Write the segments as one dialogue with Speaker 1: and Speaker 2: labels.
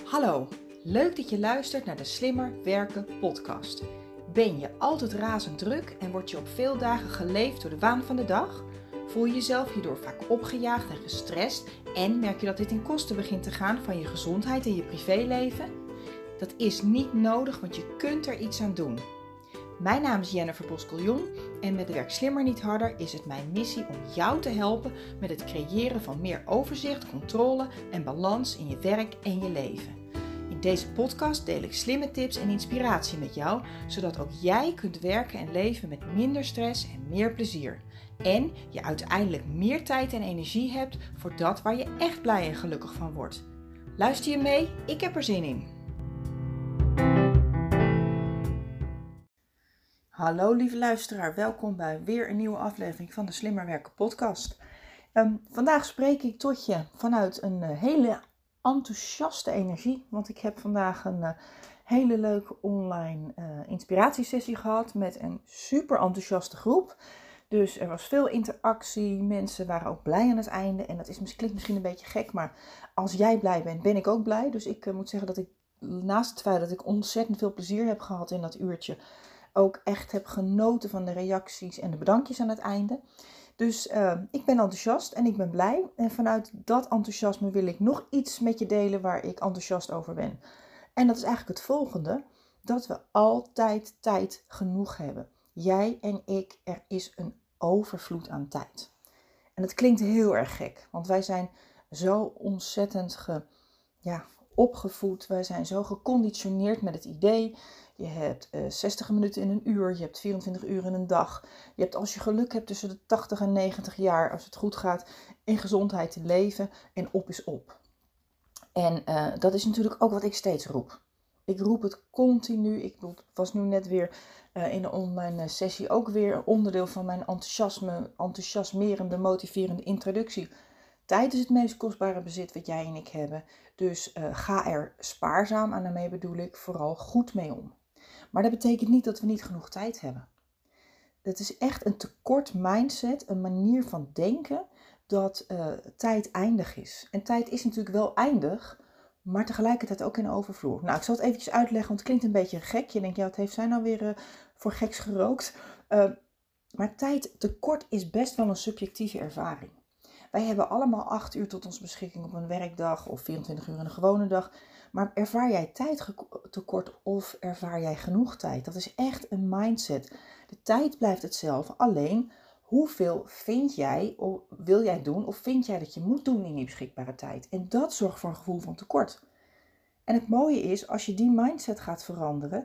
Speaker 1: Hallo, leuk dat je luistert naar de Slimmer Werken podcast. Ben je altijd razend druk en word je op veel dagen geleefd door de waan van de dag? Voel je jezelf hierdoor vaak opgejaagd en gestrest en merk je dat dit ten koste begint te gaan van je gezondheid en je privéleven? Dat is niet nodig, want je kunt er iets aan doen. Mijn naam is Jennifer Boskeljon en met Werk Slimmer Niet Harder is het mijn missie om jou te helpen met het creëren van meer overzicht, controle en balans in je werk en je leven. In deze podcast deel ik slimme tips en inspiratie met jou, zodat ook jij kunt werken en leven met minder stress en meer plezier. En je uiteindelijk meer tijd en energie hebt voor dat waar je echt blij en gelukkig van wordt. Luister je mee? Ik heb er zin in. Hallo lieve luisteraar, welkom bij weer een nieuwe aflevering van de Slimmer Werken podcast. Vandaag spreek ik tot je vanuit een hele enthousiaste energie, want ik heb vandaag een hele leuke online inspiratiesessie gehad met een super enthousiaste groep. Dus er was veel interactie, mensen waren ook blij aan het einde en dat klinkt misschien een beetje gek, maar als jij blij bent, ben ik ook blij. Dus ik moet zeggen dat ik naast het feit dat ik ontzettend veel plezier heb gehad in dat uurtje, ook echt heb genoten van de reacties en de bedankjes aan het einde. Dus ik ben enthousiast en ik ben blij. En vanuit dat enthousiasme wil ik nog iets met je delen waar ik enthousiast over ben. En dat is eigenlijk het volgende. Dat we altijd tijd genoeg hebben. Jij en ik, er is een overvloed aan tijd. En dat klinkt heel erg gek. Want wij zijn zo ontzettend opgevoed. Wij zijn zo geconditioneerd met het idee. Je hebt 60 minuten in een uur. Je hebt 24 uur in een dag. Je hebt, als je geluk hebt, tussen de 80 en 90 jaar, als het goed gaat, in gezondheid te leven. En op is op. En dat is natuurlijk ook wat ik steeds roep. Ik roep het continu. Ik was nu net weer in een online sessie ook weer een onderdeel van mijn enthousiasmerende, motiverende introductie. Tijd is het meest kostbare bezit wat jij en ik hebben. Dus ga er spaarzaam, en daarmee bedoel ik vooral goed mee om. Maar dat betekent niet dat we niet genoeg tijd hebben. Het is echt een tekort mindset, een manier van denken dat tijd eindig is. En tijd is natuurlijk wel eindig, maar tegelijkertijd ook in overvloed. Nou, ik zal het eventjes uitleggen, want het klinkt een beetje gek. Je denkt, ja, wat heeft zij nou weer voor geks gerookt? Maar tijd tekort is best wel een subjectieve ervaring. Wij hebben allemaal 8 uur tot onze beschikking op een werkdag of 24 uur in een gewone dag. Maar ervaar jij tijdtekort of ervaar jij genoeg tijd? Dat is echt een mindset. De tijd blijft hetzelfde, alleen hoeveel wil jij doen of vind jij dat je moet doen in die beschikbare tijd? En dat zorgt voor een gevoel van tekort. En het mooie is, als je die mindset gaat veranderen,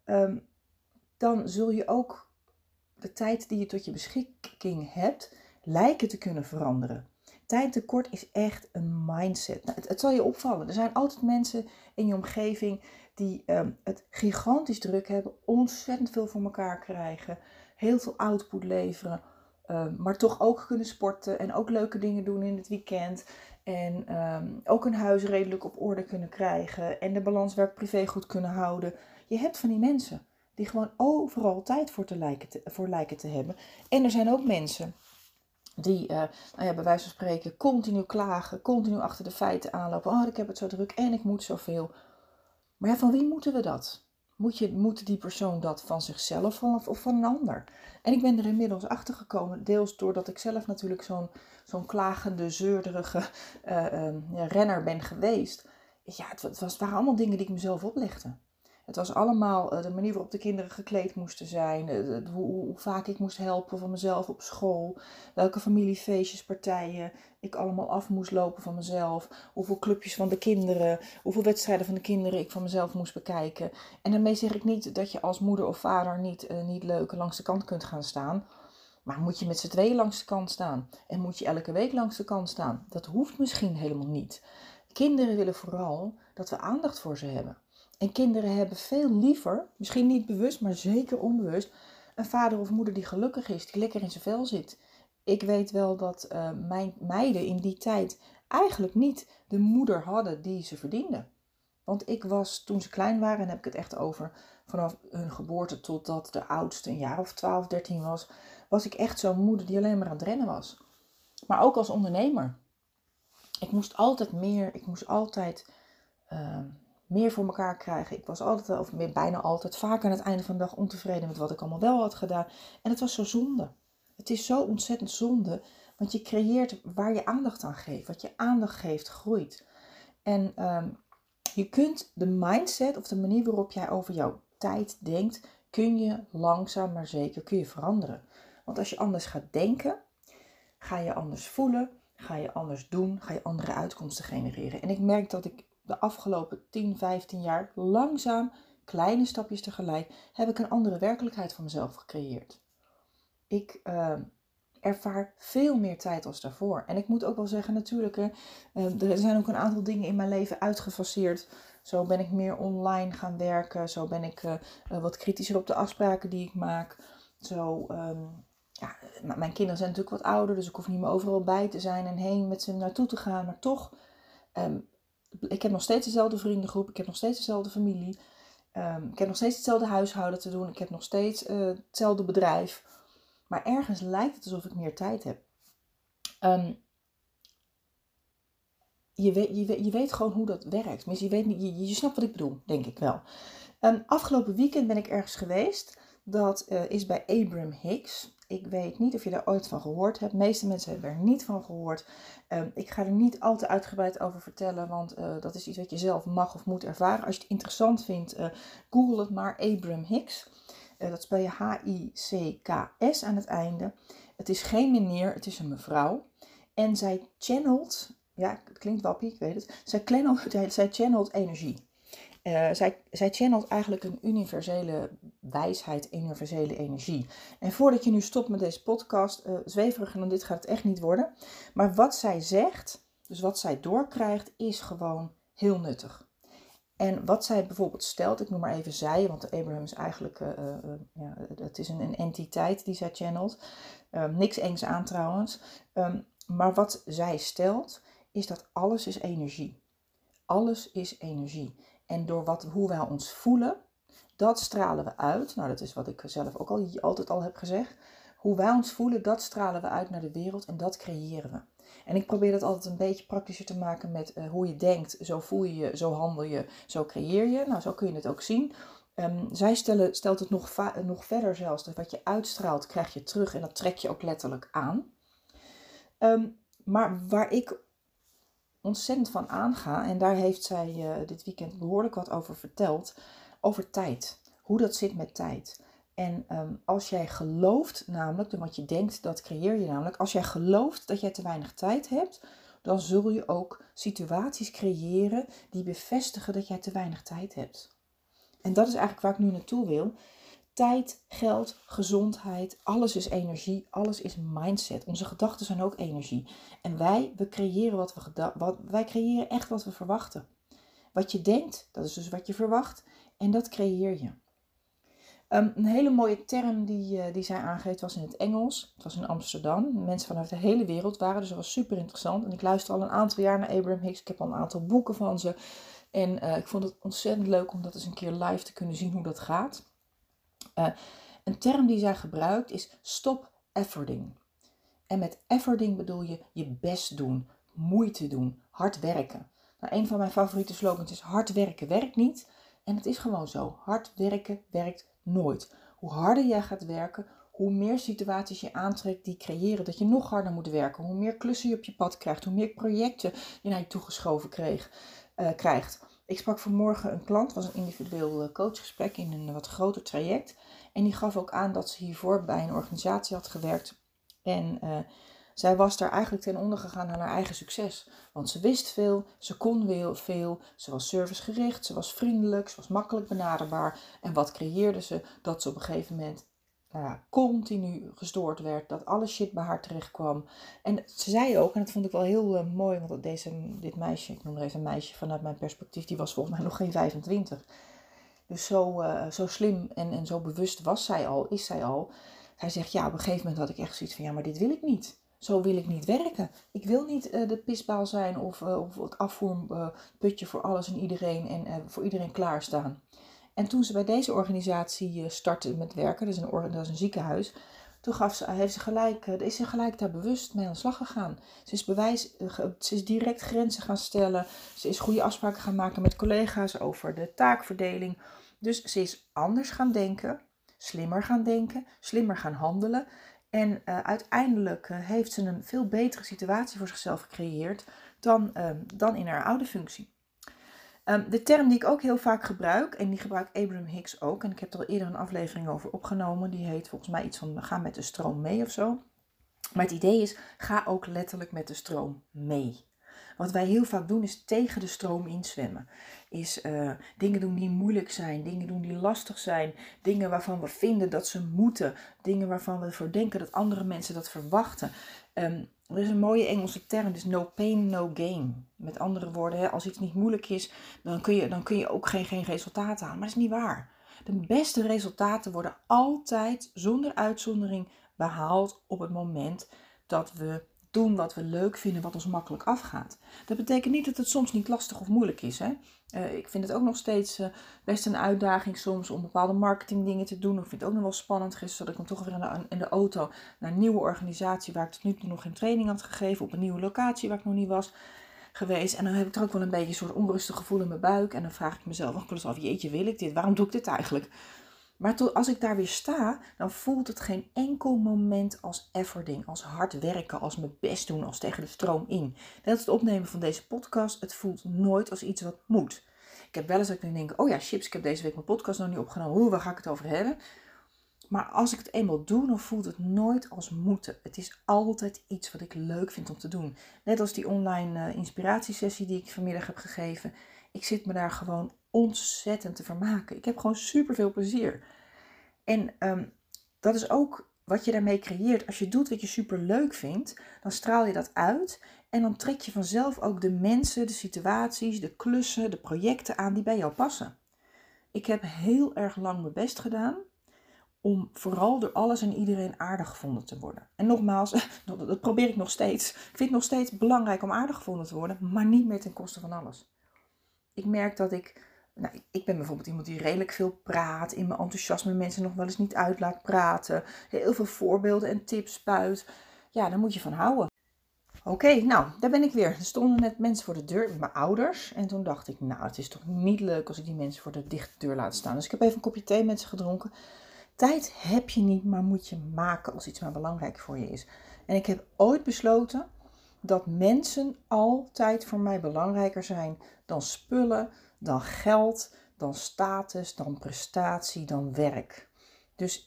Speaker 1: dan zul je ook de tijd die je tot je beschikking hebt lijken te kunnen veranderen. Tijdtekort is echt een mindset. Nou, het zal je opvallen. Er zijn altijd mensen in je omgeving die het gigantisch druk hebben, ontzettend veel voor elkaar krijgen, heel veel output leveren, maar toch ook kunnen sporten en ook leuke dingen doen in het weekend. En ook een huis redelijk op orde kunnen krijgen en de balans werk-privé goed kunnen houden. Je hebt van die mensen die gewoon overal tijd voor lijken te hebben. En er zijn ook mensen die bij wijze van spreken continu klagen, continu achter de feiten aanlopen. Oh, ik heb het zo druk en ik moet zoveel. Maar ja, van wie moeten we dat? Moet die persoon dat van zichzelf of van een ander? En ik ben er inmiddels achter gekomen, deels doordat ik zelf natuurlijk zo'n klagende, zeurderige renner ben geweest. Ja, het waren allemaal dingen die ik mezelf oplegde. Het was allemaal de manier waarop de kinderen gekleed moesten zijn, hoe vaak ik moest helpen van mezelf op school, welke familiefeestjes, partijen ik allemaal af moest lopen van mezelf, hoeveel clubjes van de kinderen, hoeveel wedstrijden van de kinderen ik van mezelf moest bekijken. En daarmee zeg ik niet dat je als moeder of vader niet leuk langs de kant kunt gaan staan, maar moet je met z'n tweeën langs de kant staan en moet je elke week langs de kant staan? Dat hoeft misschien helemaal niet. Kinderen willen vooral dat we aandacht voor ze hebben. En kinderen hebben veel liever, misschien niet bewust, maar zeker onbewust, een vader of moeder die gelukkig is, die lekker in zijn vel zit. Ik weet wel dat mijn meiden in die tijd eigenlijk niet de moeder hadden die ze verdienden. Want ik was, toen ze klein waren, en heb ik het echt over vanaf hun geboorte totdat de oudste een jaar of 12, 13 was ik echt zo'n moeder die alleen maar aan het rennen was. Maar ook als ondernemer. Ik moest altijd meer, ik moest altijd meer voor elkaar krijgen. Ik was altijd, of bijna altijd, vaak aan het einde van de dag ontevreden met wat ik allemaal wel had gedaan. En het was zo zonde. Het is zo ontzettend zonde, want je creëert waar je aandacht aan geeft. Wat je aandacht geeft, groeit. En je kunt de mindset of de manier waarop jij over jouw tijd denkt, kun je langzaam maar zeker veranderen. Want als je anders gaat denken, ga je anders voelen, ga je anders doen, ga je andere uitkomsten genereren. En ik merk dat ik de afgelopen 10, 15 jaar langzaam, kleine stapjes tegelijk, heb ik een andere werkelijkheid van mezelf gecreëerd. Ik ervaar veel meer tijd als daarvoor. En ik moet ook wel zeggen, natuurlijk, er zijn ook een aantal dingen in mijn leven uitgefaseerd. Zo ben ik meer online gaan werken. Zo ben ik wat kritischer op de afspraken die ik maak. Zo, mijn kinderen zijn natuurlijk wat ouder, dus ik hoef niet meer overal bij te zijn en heen met ze naartoe te gaan. Maar toch, ik heb nog steeds dezelfde vriendengroep. Ik heb nog steeds dezelfde familie. Ik heb nog steeds hetzelfde huishouden te doen. Ik heb nog steeds hetzelfde bedrijf. Maar ergens lijkt het alsof ik meer tijd heb. Je weet gewoon hoe dat werkt. Maar je snapt wat ik bedoel, denk ik wel. Afgelopen weekend ben ik ergens geweest. Dat is bij Abraham Hicks. Ik weet niet of je daar ooit van gehoord hebt. De meeste mensen hebben er niet van gehoord. Ik ga er niet al te uitgebreid over vertellen. Want dat is iets wat je zelf mag of moet ervaren. Als je het interessant vindt, google het maar. Abraham Hicks. Dat spel je H-I-C-K-S aan het einde. Het is geen meneer, het is een mevrouw. En zij channelt, ja, het klinkt wappie, ik weet het. Zij channelt energie. Zij channelt eigenlijk een universele wijsheid, universele energie. En voordat je nu stopt met deze podcast, zweveriger dan dit gaat het echt niet worden. Maar wat zij zegt, dus wat zij doorkrijgt, is gewoon heel nuttig. En wat zij bijvoorbeeld stelt, ik noem maar even zij, want de Abraham is eigenlijk, het is een entiteit die zij channelt. Niks engs aan trouwens. Maar wat zij stelt, is dat alles is energie. Alles is energie. En door hoe wij ons voelen, dat stralen we uit. Nou, dat is wat ik zelf ook altijd al heb gezegd. Hoe wij ons voelen, dat stralen we uit naar de wereld en dat creëren we. En ik probeer dat altijd een beetje praktischer te maken met hoe je denkt. Zo voel je je, zo handel je, zo creëer je. Nou, zo kun je het ook zien. Zij stelt het nog verder zelfs. Dat wat je uitstraalt, krijg je terug en dat trek je ook letterlijk aan. Maar waar ik ontzettend van aanga, en daar heeft zij dit weekend behoorlijk wat over verteld, over tijd. Hoe dat zit met tijd. En als jij gelooft namelijk, wat je denkt, dat creëer je namelijk. Als jij gelooft dat jij te weinig tijd hebt, dan zul je ook situaties creëren die bevestigen dat jij te weinig tijd hebt. En dat is eigenlijk waar ik nu naartoe wil. Tijd, geld, gezondheid, alles is energie, alles is mindset. Onze gedachten zijn ook energie. En we creëren wij creëren echt wat we verwachten. Wat je denkt, dat is dus wat je verwacht. En dat creëer je. Een hele mooie term die zij aangeeft was in het Engels. Het was in Amsterdam. Mensen vanuit de hele wereld waren, dus dat was super interessant. En ik luister al een aantal jaar naar Abraham Hicks. Ik heb al een aantal boeken van ze. En ik vond het ontzettend leuk om dat eens een keer live te kunnen zien hoe dat gaat. Een term die zij gebruikt is stop efforting. En met efforting bedoel je je best doen, moeite doen, hard werken. Nou, een van mijn favoriete slogans is hard werken werkt niet. En het is gewoon zo. Hard werken werkt nooit. Hoe harder jij gaat werken, hoe meer situaties je aantrekt die creëren dat je nog harder moet werken. Hoe meer klussen je op je pad krijgt, hoe meer projecten je naar je toegeschoven krijgt. Ik sprak vanmorgen een klant, het was een individueel coachgesprek in een wat groter traject. En die gaf ook aan dat ze hiervoor bij een organisatie had gewerkt. En zij was daar eigenlijk ten onder gegaan aan haar eigen succes. Want ze wist veel, ze kon veel, ze was servicegericht, ze was vriendelijk, ze was makkelijk benaderbaar. En wat creëerde ze? Dat ze op een gegeven moment continu gestoord werd, dat alle shit bij haar terecht kwam. En ze zei ook, en dat vond ik wel heel mooi, want dit meisje, ik noem er even een meisje vanuit mijn perspectief, die was volgens mij nog geen 25. Dus zo slim en zo bewust is zij al. Hij zegt, ja, op een gegeven moment had ik echt zoiets van, ja, maar dit wil ik niet. Zo wil ik niet werken. Ik wil niet de pisbaal zijn of het afvoerputje voor alles en iedereen en voor iedereen klaarstaan. En toen ze bij deze organisatie startte met werken, dat is een ziekenhuis, Toen is ze gelijk daar bewust mee aan de slag gegaan. Ze is direct grenzen gaan stellen. Ze is goede afspraken gaan maken met collega's over de taakverdeling. Dus ze is anders gaan denken, slimmer gaan handelen. En uiteindelijk heeft ze een veel betere situatie voor zichzelf gecreëerd dan in haar oude functie. De term die ik ook heel vaak gebruik, en die gebruikt Abraham Hicks ook, en ik heb er al eerder een aflevering over opgenomen, die heet volgens mij iets van ga met de stroom mee of zo. Maar het idee is, ga ook letterlijk met de stroom mee. Wat wij heel vaak doen is tegen de stroom inzwemmen. Is dingen doen die moeilijk zijn, dingen doen die lastig zijn, dingen waarvan we vinden dat ze moeten, dingen waarvan we ervoor denken dat andere mensen dat verwachten. Er is een mooie Engelse term, dus no pain, no gain. Met andere woorden, als iets niet moeilijk is, dan kun je ook geen resultaten halen. Maar dat is niet waar. De beste resultaten worden altijd, zonder uitzondering, behaald op het moment dat we doen wat we leuk vinden, wat ons makkelijk afgaat. Dat betekent niet dat het soms niet lastig of moeilijk is. Hè? Ik vind het ook nog steeds best een uitdaging soms om bepaalde marketingdingen te doen. Ik vind het ook nog wel spannend. Gisteren zat ik dan toch weer in de auto naar een nieuwe organisatie waar ik tot nu toe nog geen training had gegeven. Op een nieuwe locatie waar ik nog niet was geweest. En dan heb ik er ook wel een beetje een soort onrustig gevoel in mijn buik. En dan vraag ik mezelf ook wel eens af, jeetje, wil ik dit? Waarom doe ik dit eigenlijk? Maar als ik daar weer sta, dan voelt het geen enkel moment als effording, als hard werken, als mijn best doen, als tegen de stroom in. Net als het opnemen van deze podcast, het voelt nooit als iets wat moet. Ik heb wel eens dat ik dan denk, oh ja, chips, ik heb deze week mijn podcast nog niet opgenomen. Waar ga ik het over hebben? Maar als ik het eenmaal doe, dan voelt het nooit als moeten. Het is altijd iets wat ik leuk vind om te doen. Net als die online inspiratiesessie die ik vanmiddag heb gegeven. Ik zit me daar gewoon ontzettend te vermaken. Ik heb gewoon super veel plezier. En dat is ook wat je daarmee creëert. Als je doet wat je super leuk vindt, dan straal je dat uit. En dan trek je vanzelf ook de mensen, de situaties, de klussen, de projecten aan die bij jou passen. Ik heb heel erg lang mijn best gedaan om vooral door alles en iedereen aardig gevonden te worden. En nogmaals, dat probeer ik nog steeds. Ik vind het nog steeds belangrijk om aardig gevonden te worden, maar niet meer ten koste van alles. Ik merk dat ik ben bijvoorbeeld iemand die redelijk veel praat, in mijn enthousiasme mensen nog wel eens niet uit laat praten, heel veel voorbeelden en tips spuit. Ja, daar moet je van houden. Oké, nou, daar ben ik weer. Er stonden net mensen voor de deur, mijn ouders. En toen dacht ik, nou, het is toch niet leuk als ik die mensen voor de dichte deur laat staan. Dus ik heb even een kopje thee met ze gedronken. Tijd heb je niet, maar moet je maken als iets maar belangrijk voor je is. En ik heb ooit besloten dat mensen altijd voor mij belangrijker zijn dan spullen, dan geld, dan status, dan prestatie, dan werk. Dus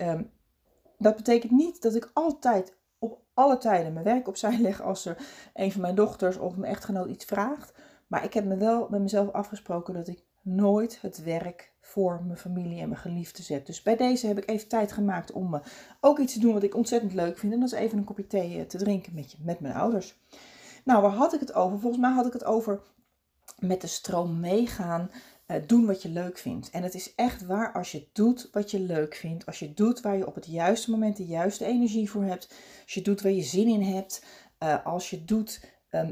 Speaker 1: dat betekent niet dat ik altijd op alle tijden mijn werk opzij leg als er een van mijn dochters of mijn echtgenoot iets vraagt. Maar ik heb me wel met mezelf afgesproken dat ik nooit het werk voor mijn familie en mijn geliefden zet. Dus bij deze heb ik even tijd gemaakt om ook iets te doen wat ik ontzettend leuk vind. En dat is even een kopje thee te drinken met mijn ouders. Nou, waar had ik het over? Volgens mij had ik het over met de stroom meegaan, doen wat je leuk vindt. En het is echt waar, als je doet wat je leuk vindt, als je doet waar je op het juiste moment de juiste energie voor hebt, als je doet waar je zin in hebt, als je doet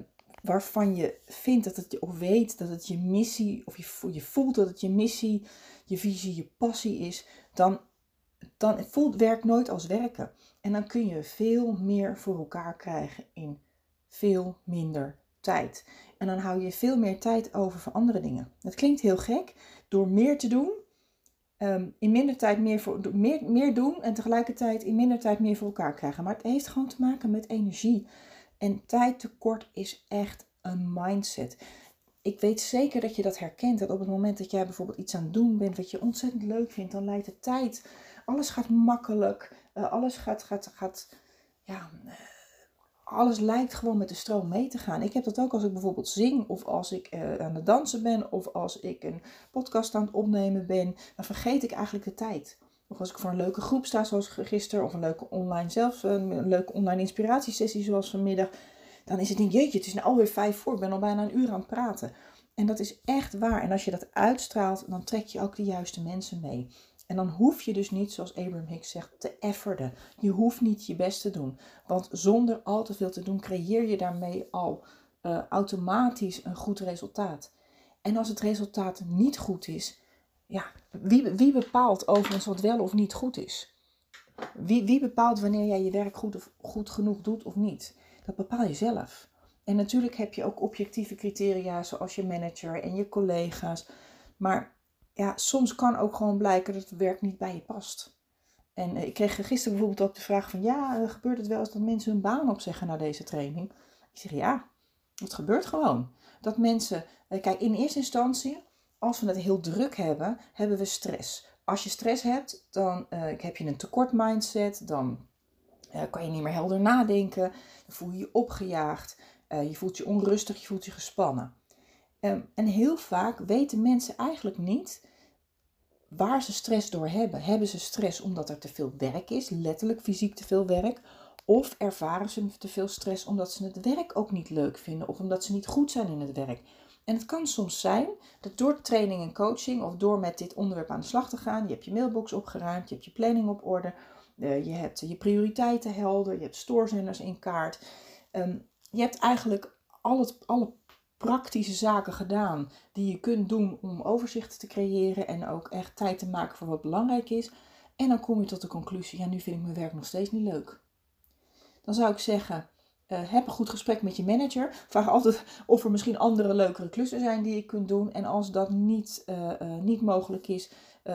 Speaker 1: waarvan je vindt dat het, of weet dat het je missie, of je voelt dat het je missie, je visie, je passie is, dan voelt werk nooit als werken. En dan kun je veel meer voor elkaar krijgen in veel minder tijd. En dan hou je veel meer tijd over voor andere dingen. Dat klinkt heel gek. Door meer te doen, in minder tijd meer doen en tegelijkertijd in minder tijd meer voor elkaar krijgen. Maar het heeft gewoon te maken met energie. En tijdtekort is echt een mindset. Ik weet zeker dat je dat herkent. Dat op het moment dat jij bijvoorbeeld iets aan het doen bent wat je ontzettend leuk vindt, dan leidt de tijd. Alles gaat makkelijk. Alles lijkt gewoon met de stroom mee te gaan. Ik heb dat ook als ik bijvoorbeeld zing, of als ik aan het dansen ben, of als ik een podcast aan het opnemen ben. Dan vergeet ik eigenlijk de tijd. Of als ik voor een leuke groep sta, zoals gisteren, of een leuke online inspiratiesessie zoals vanmiddag. Dan is het niet, jeetje, het is nu alweer 5 voor, ik ben al bijna een uur aan het praten. En dat is echt waar. En als je dat uitstraalt, dan trek je ook de juiste mensen mee. En dan hoef je dus niet, zoals Abraham Hicks zegt, te efforden. Je hoeft niet je best te doen. Want zonder al te veel te doen, creëer je daarmee al automatisch een goed resultaat. En als het resultaat niet goed is, ja, wie bepaalt overigens wat wel of niet goed is? Wie bepaalt wanneer jij je werk goed genoeg doet of niet? Dat bepaal je zelf. En natuurlijk heb je ook objectieve criteria zoals je manager en je collega's. Maar ja, soms kan ook gewoon blijken dat het werk niet bij je past. En ik kreeg gisteren bijvoorbeeld ook de vraag van gebeurt het wel eens dat mensen hun baan opzeggen na deze training? Ik zeg ja, het gebeurt gewoon. Dat mensen, kijk, in eerste instantie, als we het heel druk hebben, hebben we stress. Als je stress hebt, dan heb je een tekort mindset, dan kan je niet meer helder nadenken, dan voel je je opgejaagd, je voelt je onrustig, je voelt je gespannen. En heel vaak weten mensen eigenlijk niet waar ze stress door hebben. Hebben ze stress omdat er te veel werk is, letterlijk fysiek te veel werk? Of ervaren ze te veel stress omdat ze het werk ook niet leuk vinden of omdat ze niet goed zijn in het werk? En het kan soms zijn dat door training en coaching of door met dit onderwerp aan de slag te gaan, je hebt je mailbox opgeruimd, je hebt je planning op orde, je hebt je prioriteiten helder, je hebt stoorzenders in kaart. Je hebt eigenlijk alle praktische zaken gedaan die je kunt doen om overzicht te creëren en ook echt tijd te maken voor wat belangrijk is. En dan kom je tot de conclusie, nu vind ik mijn werk nog steeds niet leuk. Dan zou ik zeggen, heb een goed gesprek met je manager. Vraag altijd of er misschien andere leukere klussen zijn die je kunt doen. En als dat niet mogelijk is,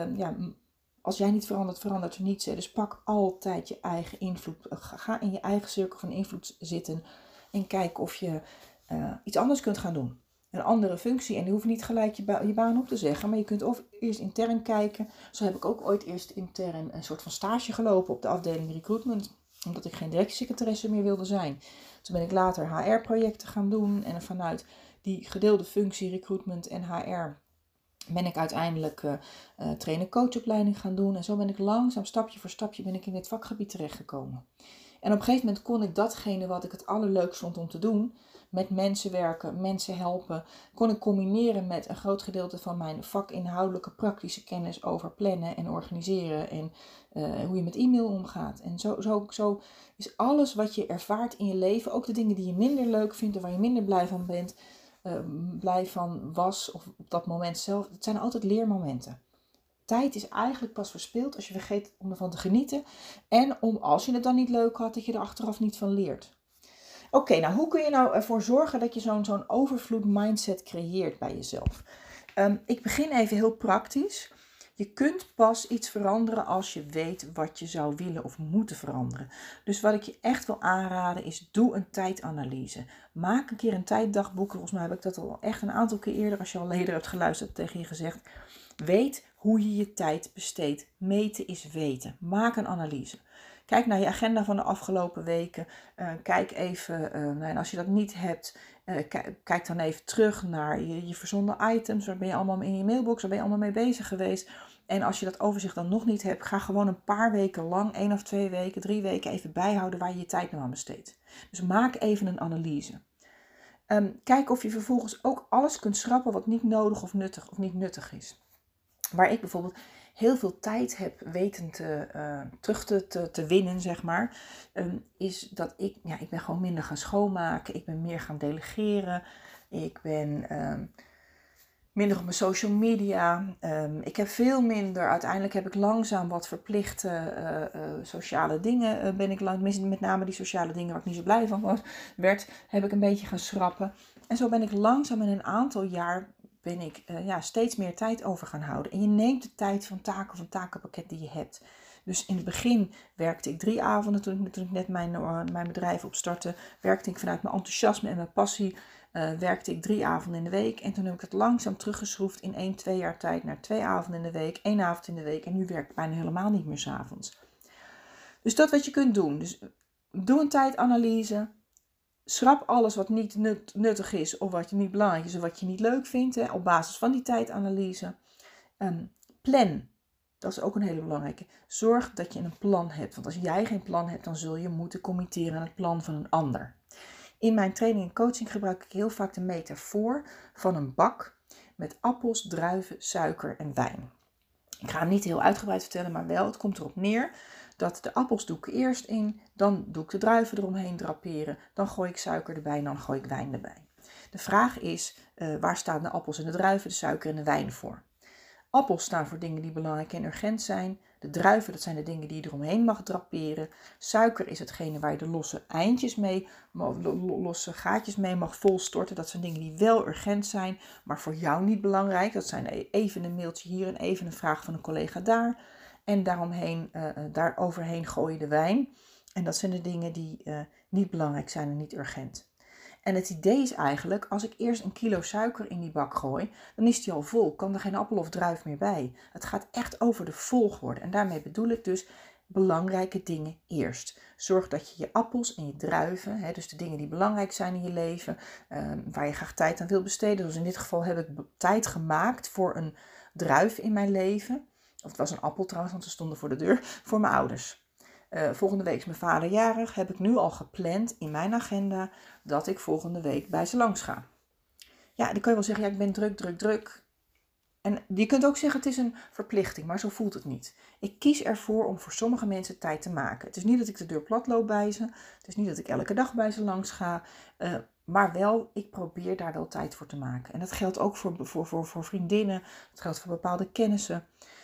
Speaker 1: als jij niet verandert, verandert er niets. Dus pak altijd je eigen invloed. Ga in je eigen cirkel van invloed zitten en kijk of je iets anders kunt gaan doen. Een andere functie. En die hoeft niet gelijk je baan op te zeggen. Maar je kunt of eerst intern kijken. Zo heb ik ook ooit eerst intern een soort van stage gelopen op de afdeling recruitment. Omdat ik geen directiesecretaresse meer wilde zijn. Toen ben ik later HR-projecten gaan doen. En vanuit die gedeelde functie recruitment en HR ben ik uiteindelijk trainer-coachopleiding gaan doen. En zo ben ik langzaam, stapje voor stapje, ben ik in dit vakgebied terechtgekomen. En op een gegeven moment kon ik datgene wat ik het allerleukst vond om te doen, met mensen werken, mensen helpen, kon ik combineren met een groot gedeelte van mijn vakinhoudelijke praktische kennis over plannen en organiseren en hoe je met e-mail omgaat. En zo is alles wat je ervaart in je leven, ook de dingen die je minder leuk vindt of waar je minder blij van bent, blij van was of op dat moment zelf, het zijn altijd leermomenten. Tijd is eigenlijk pas verspild als je vergeet om ervan te genieten. En als je het dan niet leuk had, dat je er achteraf niet van leert. Oké, hoe kun je nou ervoor zorgen dat je zo'n overvloed mindset creëert bij jezelf? Ik begin even heel praktisch. Je kunt pas iets veranderen als je weet wat je zou willen of moeten veranderen. Dus wat ik je echt wil aanraden is, doe een tijdanalyse. Maak een keer een tijddagboek. Volgens mij heb ik dat al echt een aantal keer eerder, als je al eerder hebt geluisterd, tegen je gezegd. Weet hoe je je tijd besteedt. Meten is weten. Maak een analyse. Kijk naar je agenda van de afgelopen weken. Kijk even, en als je dat niet hebt, kijk dan even terug naar je verzonden items. Waar ben je allemaal in je mailbox, waar ben je allemaal mee bezig geweest? En als je dat overzicht dan nog niet hebt, ga gewoon een paar weken lang, 1 of 2 weken, 3 weken even bijhouden waar je je tijd nou aan besteedt. Dus maak even een analyse. Kijk of je vervolgens ook alles kunt schrappen wat niet nodig of nuttig of niet nuttig is. Waar ik bijvoorbeeld heel veel tijd heb weten terug te winnen, zeg maar, is dat ik ben gewoon minder gaan schoonmaken. Ik ben meer gaan delegeren. Ik ben minder op mijn social media. Ik heb veel minder. Uiteindelijk heb ik langzaam wat verplichte sociale dingen. Met name die sociale dingen waar ik niet zo blij van werd, heb ik een beetje gaan schrappen. En zo ben ik langzaam in een aantal jaar ben ik steeds meer tijd over gaan houden. En je neemt de tijd van taken of een takenpakket die je hebt. Dus in het begin werkte ik 3 avonden, toen ik net mijn bedrijf opstartte, werkte ik vanuit mijn enthousiasme en mijn passie, werkte ik 3 avonden in de week. En toen heb ik het langzaam teruggeschroefd in 1-2 jaar tijd naar 2 avonden in de week, 1 avond in de week. En nu werk ik bijna helemaal niet meer 's avonds. Dus dat wat je kunt doen. Dus doe een tijdanalyse. Schrap alles wat niet nuttig is of wat je niet belangrijk is of wat je niet leuk vindt op basis van die tijdanalyse. Plan. Dat is ook een hele belangrijke. Zorg dat je een plan hebt. Want als jij geen plan hebt, dan zul je moeten committeren aan het plan van een ander. In mijn training en coaching gebruik ik heel vaak de metafoor van een bak met appels, druiven, suiker en wijn. Ik ga hem niet heel uitgebreid vertellen, maar wel, het komt erop neer dat de appels doe ik eerst in, dan doe ik de druiven eromheen draperen, dan gooi ik suiker erbij en dan gooi ik wijn erbij. De vraag is, waar staan de appels en de druiven, de suiker en de wijn voor? Appels staan voor dingen die belangrijk en urgent zijn. De druiven, dat zijn de dingen die je eromheen mag draperen. Suiker is hetgene waar je de losse gaatjes mee mag volstorten. Dat zijn dingen die wel urgent zijn, maar voor jou niet belangrijk. Dat zijn even een mailtje hier en even een vraag van een collega daar. En daar overheen gooi je de wijn. En dat zijn de dingen die niet belangrijk zijn en niet urgent. En het idee is eigenlijk, als ik eerst 1 kilo suiker in die bak gooi, dan is die al vol, kan er geen appel of druif meer bij. Het gaat echt over de volgorde. En daarmee bedoel ik dus belangrijke dingen eerst. Zorg dat je je appels en je druiven, dus de dingen die belangrijk zijn in je leven, waar je graag tijd aan wil besteden. Dus in dit geval heb ik tijd gemaakt voor een druif in mijn leven. Of het was een appel trouwens, want ze stonden voor de deur, voor mijn ouders. Volgende week is mijn vader jarig, heb ik nu al gepland in mijn agenda dat ik volgende week bij ze langs ga. Ja, dan kun je wel zeggen, ja, ik ben druk. En je kunt ook zeggen, het is een verplichting, maar zo voelt het niet. Ik kies ervoor om voor sommige mensen tijd te maken. Het is niet dat ik de deur plat loop bij ze, het is niet dat ik elke dag bij ze langs ga, maar wel, ik probeer daar wel tijd voor te maken. En dat geldt ook voor vriendinnen, het geldt voor bepaalde kennissen.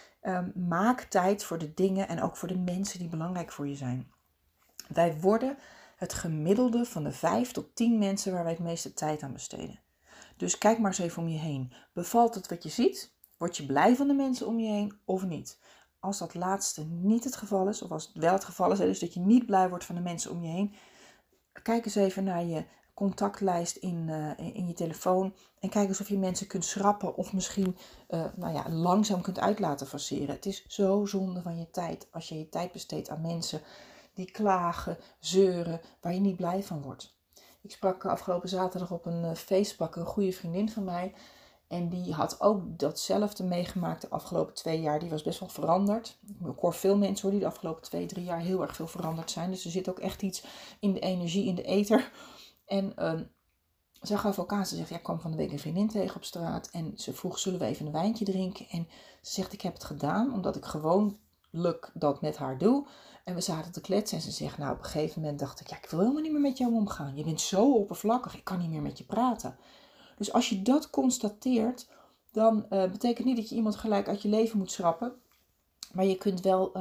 Speaker 1: Maak tijd voor de dingen en ook voor de mensen die belangrijk voor je zijn. Wij worden het gemiddelde van de 5 tot 10 mensen waar wij het meeste tijd aan besteden. Dus kijk maar eens even om je heen. Bevalt het wat je ziet? Word je blij van de mensen om je heen of niet? Als dat laatste niet het geval is, of als het wel het geval is, dus dat je niet blij wordt van de mensen om je heen, kijk eens even naar je contactlijst in je telefoon en kijk eens of je mensen kunt schrappen of misschien langzaam kunt uit laten faceren. Het is zo zonde van je tijd als je je tijd besteedt aan mensen die klagen, zeuren, waar je niet blij van wordt. Ik sprak afgelopen zaterdag op een feestpak een goede vriendin van mij en die had ook datzelfde meegemaakt de afgelopen 2 jaar. Die was best wel veranderd. Ik hoor veel mensen hoor, die de afgelopen 2, 3 jaar heel erg veel veranderd zijn. Dus er zit ook echt iets in de energie, in de ether. En zij gaf ook aan, ze zegt, ik kwam van de week een vriendin tegen op straat. En ze vroeg, zullen we even een wijntje drinken? En ze zegt, ik heb het gedaan, omdat ik gewoonlijk dat met haar doe. En we zaten te kletsen en ze zegt, nou op een gegeven moment dacht ik, ik wil helemaal niet meer met jou omgaan. Je bent zo oppervlakkig, ik kan niet meer met je praten. Dus als je dat constateert, dan betekent niet dat je iemand gelijk uit je leven moet schrappen. Maar je kunt wel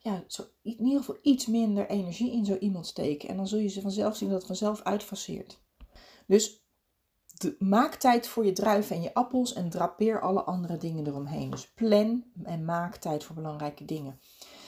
Speaker 1: in ieder geval iets minder energie in zo iemand steken. En dan zul je ze vanzelf zien dat het vanzelf uitfaseert. Dus maak tijd voor je druiven en je appels en drapeer alle andere dingen eromheen. Dus plan en maak tijd voor belangrijke dingen.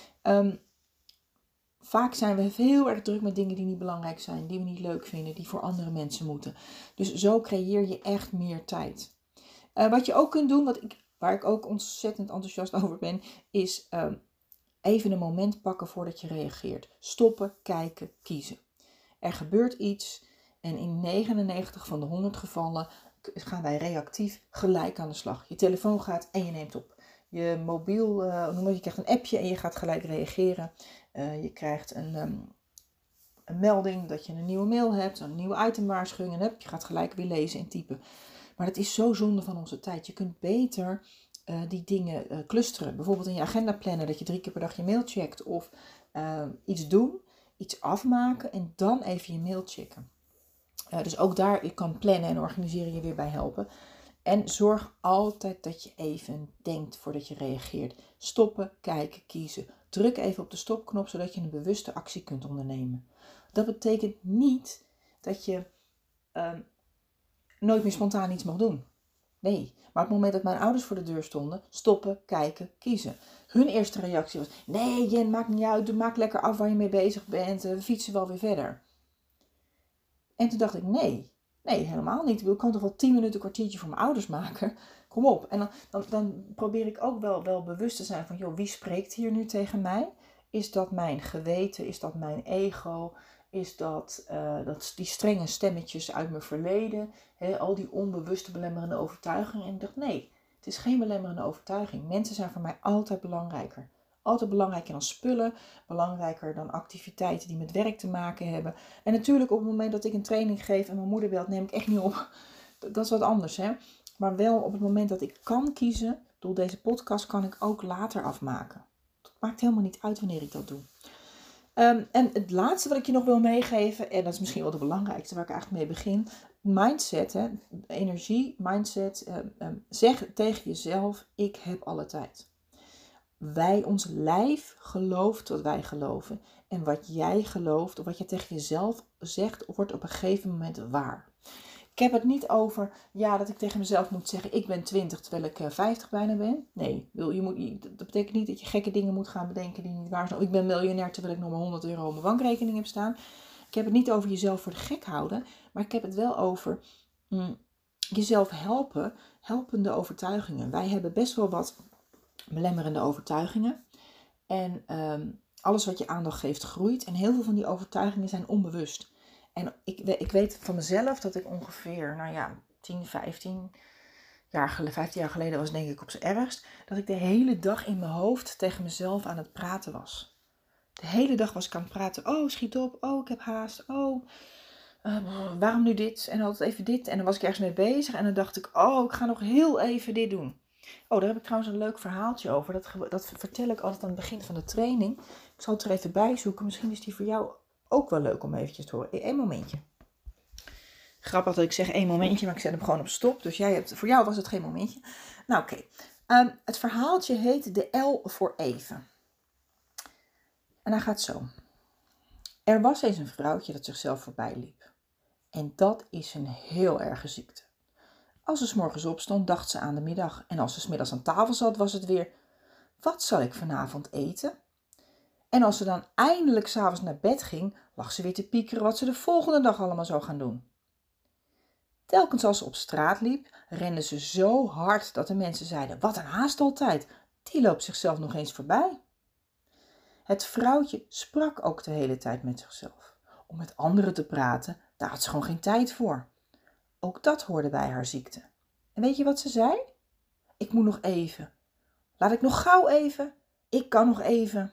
Speaker 1: Vaak zijn we heel erg druk met dingen die niet belangrijk zijn, die we niet leuk vinden, die voor andere mensen moeten. Dus zo creëer je echt meer tijd. Wat je ook kunt doen, waar ik ook ontzettend enthousiast over ben, is even een moment pakken voordat je reageert. Stoppen, kijken, kiezen. Er gebeurt iets en in 99 van de 100 gevallen gaan wij reactief gelijk aan de slag. Je telefoon gaat en je neemt op. Je mobiel, je krijgt een appje en je gaat gelijk reageren. Je krijgt een melding dat je een nieuwe mail hebt, een nieuwe itemwaarschuwing en je gaat gelijk weer lezen en typen. Maar dat is zo zonde van onze tijd. Je kunt beter die dingen clusteren. Bijvoorbeeld in je agenda plannen dat je 3 keer per dag je mail checkt. Of iets doen, iets afmaken en dan even je mail checken. Dus ook daar kan plannen en organiseren je weer bij helpen. En zorg altijd dat je even denkt voordat je reageert. Stoppen, kijken, kiezen. Druk even op de stopknop zodat je een bewuste actie kunt ondernemen. Dat betekent niet dat je nooit meer spontaan iets mag doen. Nee, maar op het moment dat mijn ouders voor de deur stonden, stoppen, kijken, kiezen. Hun eerste reactie was, nee Jen, maakt niet uit, maak lekker af waar je mee bezig bent, we fietsen wel weer verder. En toen dacht ik, nee, helemaal niet. Ik kan toch wel 10 minuten, een kwartiertje voor mijn ouders maken. Kom op. En dan probeer ik ook wel bewust te zijn van, joh, wie spreekt hier nu tegen mij? Is dat mijn geweten? Is dat mijn ego? Is dat die strenge stemmetjes uit mijn verleden? Al die onbewuste belemmerende overtuigingen. En ik dacht, nee, het is geen belemmerende overtuiging. Mensen zijn voor mij altijd belangrijker. Altijd belangrijker dan spullen, belangrijker dan activiteiten die met werk te maken hebben. En natuurlijk op het moment dat ik een training geef en mijn moeder belt, neem ik echt niet op. Dat is wat anders, hè. Maar wel op het moment dat ik kan kiezen, door deze podcast kan ik ook later afmaken. Het maakt helemaal niet uit wanneer ik dat doe. En het laatste wat ik je nog wil meegeven, en dat is misschien wel de belangrijkste waar ik eigenlijk mee begin. Mindset, hè, energie, mindset. Zeg tegen jezelf, ik heb alle tijd. Ons lijf gelooft wat wij geloven. En wat jij gelooft, of wat je tegen jezelf zegt, wordt op een gegeven moment waar. Ik heb het niet over, dat ik tegen mezelf moet zeggen, ik ben 20 terwijl ik 50 bijna ben. Nee, dat betekent niet dat je gekke dingen moet gaan bedenken die niet waar zijn. Ik ben miljonair terwijl ik nog maar 100 euro op mijn bankrekening heb staan. Ik heb het niet over jezelf voor de gek houden, maar ik heb het wel over jezelf helpende overtuigingen. Wij hebben best wel wat belemmerende overtuigingen. En alles wat je aandacht geeft groeit. En heel veel van die overtuigingen zijn onbewust. En ik weet van mezelf dat ik ongeveer, 15 jaar geleden was denk ik op zijn ergst. Dat ik de hele dag in mijn hoofd tegen mezelf aan het praten was. De hele dag was ik aan het praten. Oh, schiet op. Oh, ik heb haast. Oh, waarom nu dit? En altijd even dit. En dan was ik ergens mee bezig. En dan dacht ik, oh, ik ga nog heel even dit doen. Oh, daar heb ik trouwens een leuk verhaaltje over. Dat vertel ik altijd aan het begin van de training. Ik zal het er even bij zoeken. Misschien is die voor jou ook wel leuk om eventjes te horen. Eén momentje. Grappig dat ik zeg één momentje, maar ik zet hem gewoon op stop. Dus voor jou was het geen momentje. Nou, oké. Het verhaaltje heet De L voor Even. En hij gaat zo. Er was eens een vrouwtje dat zichzelf voorbij liep. En dat is een heel erge ziekte. Als ze 's morgens opstond, dacht ze aan de middag. En als ze 's middags aan tafel zat, was het weer, wat zal ik vanavond eten? En als ze dan eindelijk 's avonds naar bed ging, lag ze weer te piekeren wat ze de volgende dag allemaal zou gaan doen. Telkens als ze op straat liep, rende ze zo hard dat de mensen zeiden, wat een haast altijd, die loopt zichzelf nog eens voorbij. Het vrouwtje sprak ook de hele tijd met zichzelf. Om met anderen te praten, daar had ze gewoon geen tijd voor. Ook dat hoorde bij haar ziekte. En weet je wat ze zei? Ik moet nog even. Laat ik nog gauw even. Ik kan nog even.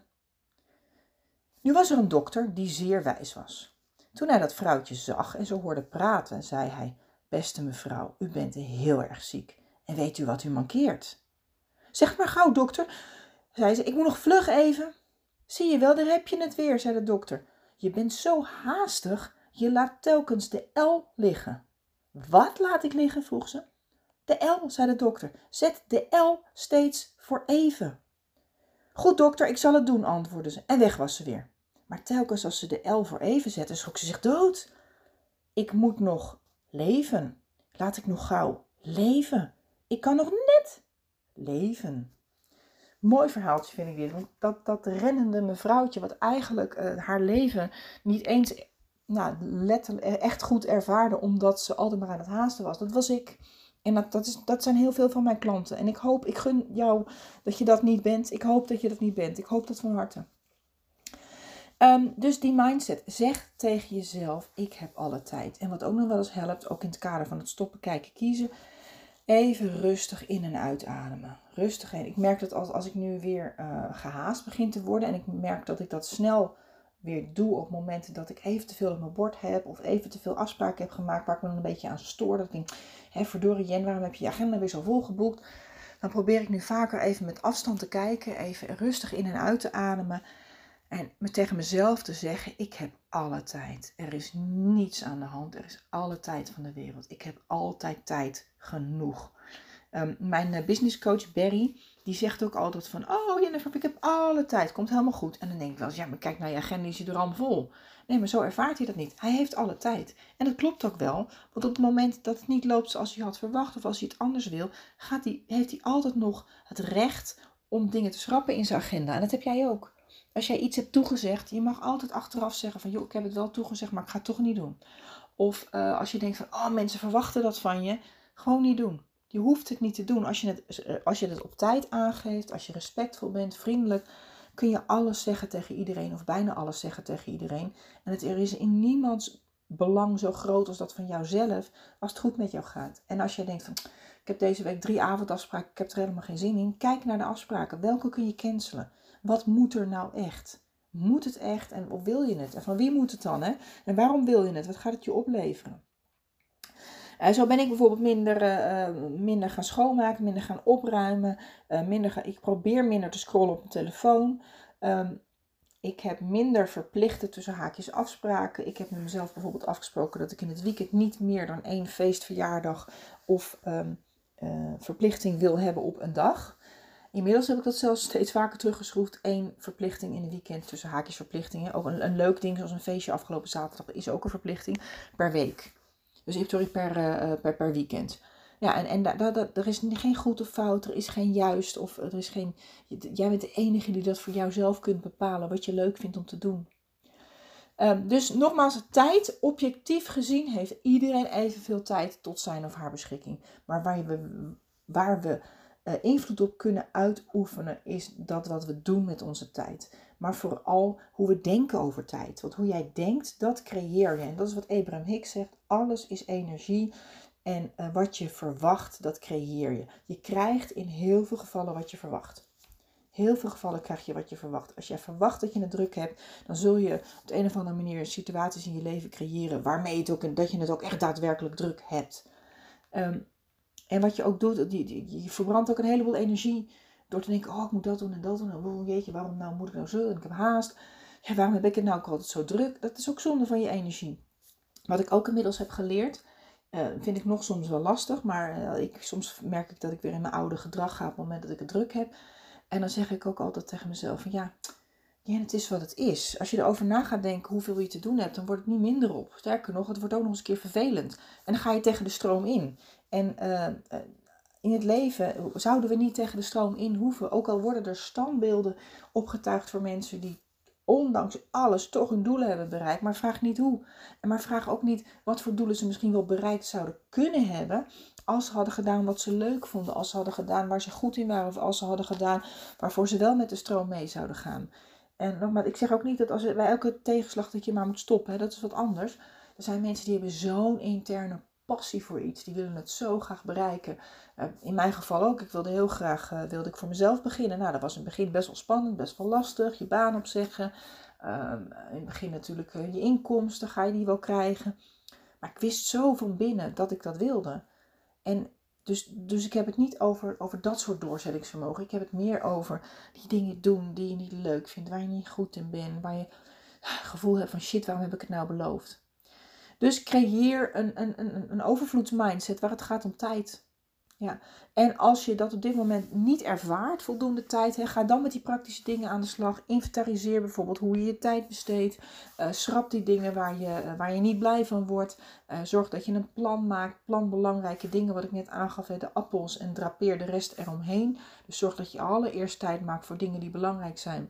Speaker 1: Nu was er een dokter die zeer wijs was. Toen hij dat vrouwtje zag en zo hoorde praten, zei hij, beste mevrouw, u bent heel erg ziek. En weet u wat u mankeert? Zeg maar gauw, dokter, zei ze, ik moet nog vlug even. Zie je wel, daar heb je het weer, zei de dokter. Je bent zo haastig, je laat telkens de L liggen. Wat laat ik liggen, vroeg ze. De L, zei de dokter. Zet de L steeds voor even. Goed, dokter, ik zal het doen, antwoordde ze. En weg was ze weer. Maar telkens als ze de L voor even zette, schrok ze zich dood. Ik moet nog leven. Laat ik nog gauw leven. Ik kan nog net leven. Mooi verhaaltje vind ik dit. Want dat rennende mevrouwtje, wat eigenlijk haar leven niet eens letterlijk echt goed ervaarde, omdat ze altijd maar aan het haasten was. Dat was ik. En dat zijn heel veel van mijn klanten. En ik gun jou dat je dat niet bent. Ik hoop dat je dat niet bent. Ik hoop dat van harte. Dus die mindset. Zeg tegen jezelf, ik heb alle tijd. En wat ook nog wel eens helpt, ook in het kader van het stoppen, kijken, kiezen. Even rustig in- en uitademen. Rustig heen. Ik merk dat als ik nu weer gehaast begin te worden. En ik merk dat ik dat snel weer doe op momenten dat ik even te veel op mijn bord heb. Of even te veel afspraken heb gemaakt waar ik me dan een beetje aan stoor. Dat ik denk, verdorie Jen, waarom heb je je agenda weer zo volgeboekt? Dan probeer ik nu vaker even met afstand te kijken. Even rustig in en uit te ademen. En tegen mezelf te zeggen, ik heb alle tijd. Er is niets aan de hand. Er is alle tijd van de wereld. Ik heb altijd tijd genoeg. Mijn businesscoach Barry, die zegt ook altijd van, oh Jennifer, ik heb alle tijd. Komt helemaal goed. En dan denk ik wel eens, ja, maar kijk naar je agenda, is je er al vol. Nee, maar zo ervaart hij dat niet. Hij heeft alle tijd. En dat klopt ook wel. Want op het moment dat het niet loopt zoals hij had verwacht of als hij het anders wil, heeft hij altijd nog het recht om dingen te schrappen in zijn agenda. En dat heb jij ook. Als jij iets hebt toegezegd, je mag altijd achteraf zeggen van, joh, ik heb het wel toegezegd, maar ik ga het toch niet doen. Of als je denkt van, oh, mensen verwachten dat van je, gewoon niet doen. Je hoeft het niet te doen. Als je het op tijd aangeeft, als je respectvol bent, vriendelijk, kun je alles zeggen tegen iedereen of bijna alles zeggen tegen iedereen. En er is in niemands belang zo groot als dat van jouzelf, als het goed met jou gaat. En als jij denkt van, ik heb deze week 3 avondafspraken, ik heb er helemaal geen zin in. Kijk naar de afspraken. Welke kun je cancelen? Wat moet er nou echt? Moet het echt en wil je het? En van wie moet het dan? Hè? En waarom wil je het? Wat gaat het je opleveren? Zo ben ik bijvoorbeeld minder gaan schoonmaken, minder gaan opruimen. Ik probeer minder te scrollen op mijn telefoon. Ik heb minder verplichte tussen haakjes afspraken. Ik heb met mezelf bijvoorbeeld afgesproken dat ik in het weekend niet meer dan 1 feestverjaardag of verplichting wil hebben op een dag. Inmiddels heb ik dat zelfs steeds vaker teruggeschroefd. 1 verplichting in het weekend tussen haakjes verplichtingen. Ook een leuk ding zoals een feestje afgelopen zaterdag is ook een verplichting per week. Dus per weekend. Ja, en er is geen goed of fout, er is geen juist of er is geen... Jij bent de enige die dat voor jouzelf kunt bepalen, wat je leuk vindt om te doen. Dus nogmaals, tijd, objectief gezien, heeft iedereen evenveel tijd tot zijn of haar beschikking. Maar waar we invloed op kunnen uitoefenen, is dat wat we doen met onze tijd. Maar vooral hoe we denken over tijd. Want hoe jij denkt, dat creëer je. En dat is wat Abraham Hicks zegt, alles is energie. En wat je verwacht, dat creëer je. Je krijgt in heel veel gevallen wat je verwacht. Heel veel gevallen krijg je wat je verwacht. Als jij verwacht dat je het druk hebt, dan zul je op de een of andere manier situaties in je leven creëren waarmee dat je het ook echt daadwerkelijk druk hebt. En wat je ook doet, je verbrandt ook een heleboel energie door te denken, ik moet dat doen en dat doen. Oh jeetje, waarom moet ik nou zo? En ik heb haast. Ja, waarom heb ik het nou ook altijd zo druk? Dat is ook zonde van je energie. Wat ik ook inmiddels heb geleerd, vind ik nog soms wel lastig, maar soms merk ik dat ik weer in mijn oude gedrag ga op het moment dat ik het druk heb. En dan zeg ik ook altijd tegen mezelf van ja, het is wat het is. Als je erover na gaat denken hoeveel je te doen hebt, dan wordt het niet minder op. Sterker nog, het wordt ook nog eens een keer vervelend. En dan ga je tegen de stroom in. En in het leven zouden we niet tegen de stroom in hoeven. Ook al worden er standbeelden opgetuigd voor mensen die ondanks alles toch hun doelen hebben bereikt. Maar vraag niet hoe. Maar vraag ook niet wat voor doelen ze misschien wel bereikt zouden kunnen hebben. Als ze hadden gedaan wat ze leuk vonden. Als ze hadden gedaan waar ze goed in waren. Of als ze hadden gedaan waarvoor ze wel met de stroom mee zouden gaan. En nogmaals, ik zeg ook niet dat bij elke tegenslag dat je maar moet stoppen. Hè, dat is wat anders. Er zijn mensen die hebben zo'n interne passie voor iets. Die willen het zo graag bereiken. In mijn geval ook. Ik wilde heel graag wilde voor mezelf beginnen. Nou, dat was in het begin best wel spannend. Best wel lastig. Je baan opzeggen. In het begin natuurlijk je inkomsten. Ga je die wel krijgen. Maar ik wist zo van binnen dat ik dat wilde. En dus ik heb het niet over dat soort doorzettingsvermogen. Ik heb het meer over die dingen doen die je niet leuk vindt. Waar je niet goed in bent. Waar je het gevoel hebt van shit, waarom heb ik het nou beloofd? Dus creëer een overvloedsmindset waar het gaat om tijd. Ja. En als je dat op dit moment niet ervaart, voldoende tijd, ga dan met die praktische dingen aan de slag. Inventariseer bijvoorbeeld hoe je je tijd besteedt. Schrap die dingen waar je niet blij van wordt. Zorg dat je een plan maakt. Plan belangrijke dingen, wat ik net aangaf, de appels, en drapeer de rest eromheen. Dus zorg dat je allereerst tijd maakt voor dingen die belangrijk zijn.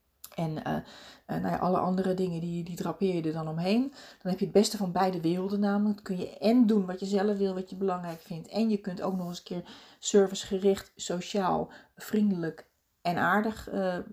Speaker 1: En alle andere dingen die drapeer je er dan omheen. Dan heb je het beste van beide werelden namelijk. Dan kun je en doen wat je zelf wil, wat je belangrijk vindt. En je kunt ook nog eens een keer servicegericht, sociaal, vriendelijk en aardig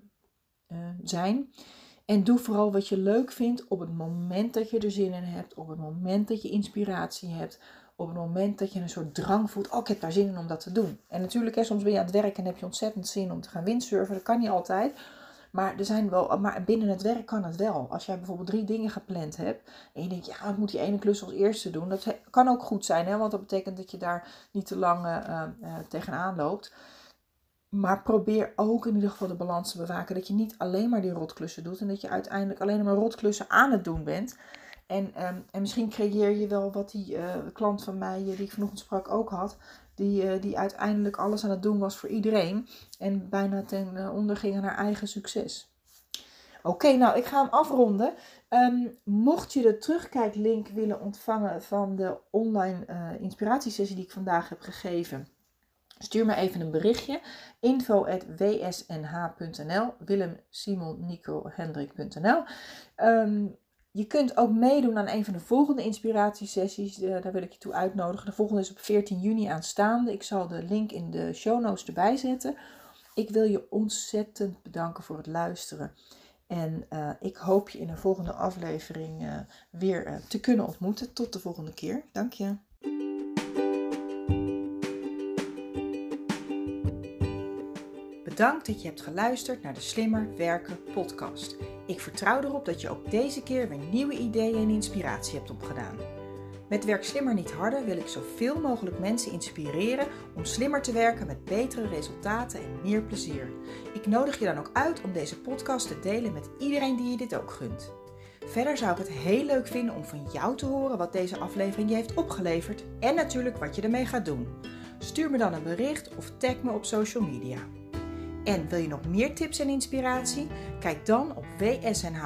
Speaker 1: zijn. En doe vooral wat je leuk vindt op het moment dat je er zin in hebt. Op het moment dat je inspiratie hebt. Op het moment dat je een soort drang voelt. Ik heb daar zin in om dat te doen. En natuurlijk, soms ben je aan het werk en heb je ontzettend zin om te gaan windsurfen. Dat kan niet altijd. Maar binnen het werk kan het wel. Als jij bijvoorbeeld 3 dingen gepland hebt. En je denkt, ik moet die ene klus als eerste doen. Dat kan ook goed zijn. Hè? Want dat betekent dat je daar niet te lang tegenaan loopt. Maar probeer ook in ieder geval de balans te bewaken. Dat je niet alleen maar die rotklussen doet. En dat je uiteindelijk alleen maar rotklussen aan het doen bent. En misschien creëer je wel wat die klant van mij, die ik vanochtend sprak, ook had. Die uiteindelijk alles aan het doen was voor iedereen. En bijna ten onder ging aan haar eigen succes. Oké, nou ik ga hem afronden. Mocht je de terugkijklink willen ontvangen van de online inspiratiesessie die ik vandaag heb gegeven. Stuur me even een berichtje. info@wsnh.nl willemsimonnicohendrik.nl Je kunt ook meedoen aan een van de volgende inspiratiesessies. Daar wil ik je toe uitnodigen. De volgende is op 14 juni aanstaande. Ik zal de link in de show notes erbij zetten. Ik wil je ontzettend bedanken voor het luisteren. En ik hoop je in een volgende aflevering weer te kunnen ontmoeten. Tot de volgende keer. Dank je. Bedankt dat je hebt geluisterd naar de Slimmer Werken podcast. Ik vertrouw erop dat je ook deze keer weer nieuwe ideeën en inspiratie hebt opgedaan. Met Werk Slimmer Niet Harder wil ik zoveel mogelijk mensen inspireren om slimmer te werken met betere resultaten en meer plezier. Ik nodig je dan ook uit om deze podcast te delen met iedereen die je dit ook gunt. Verder zou ik het heel leuk vinden om van jou te horen wat deze aflevering je heeft opgeleverd en natuurlijk wat je ermee gaat doen. Stuur me dan een bericht of tag me op social media. En wil je nog meer tips en inspiratie? Kijk dan op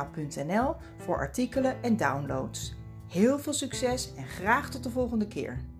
Speaker 1: wsnh.nl voor artikelen en downloads. Heel veel succes en graag tot de volgende keer.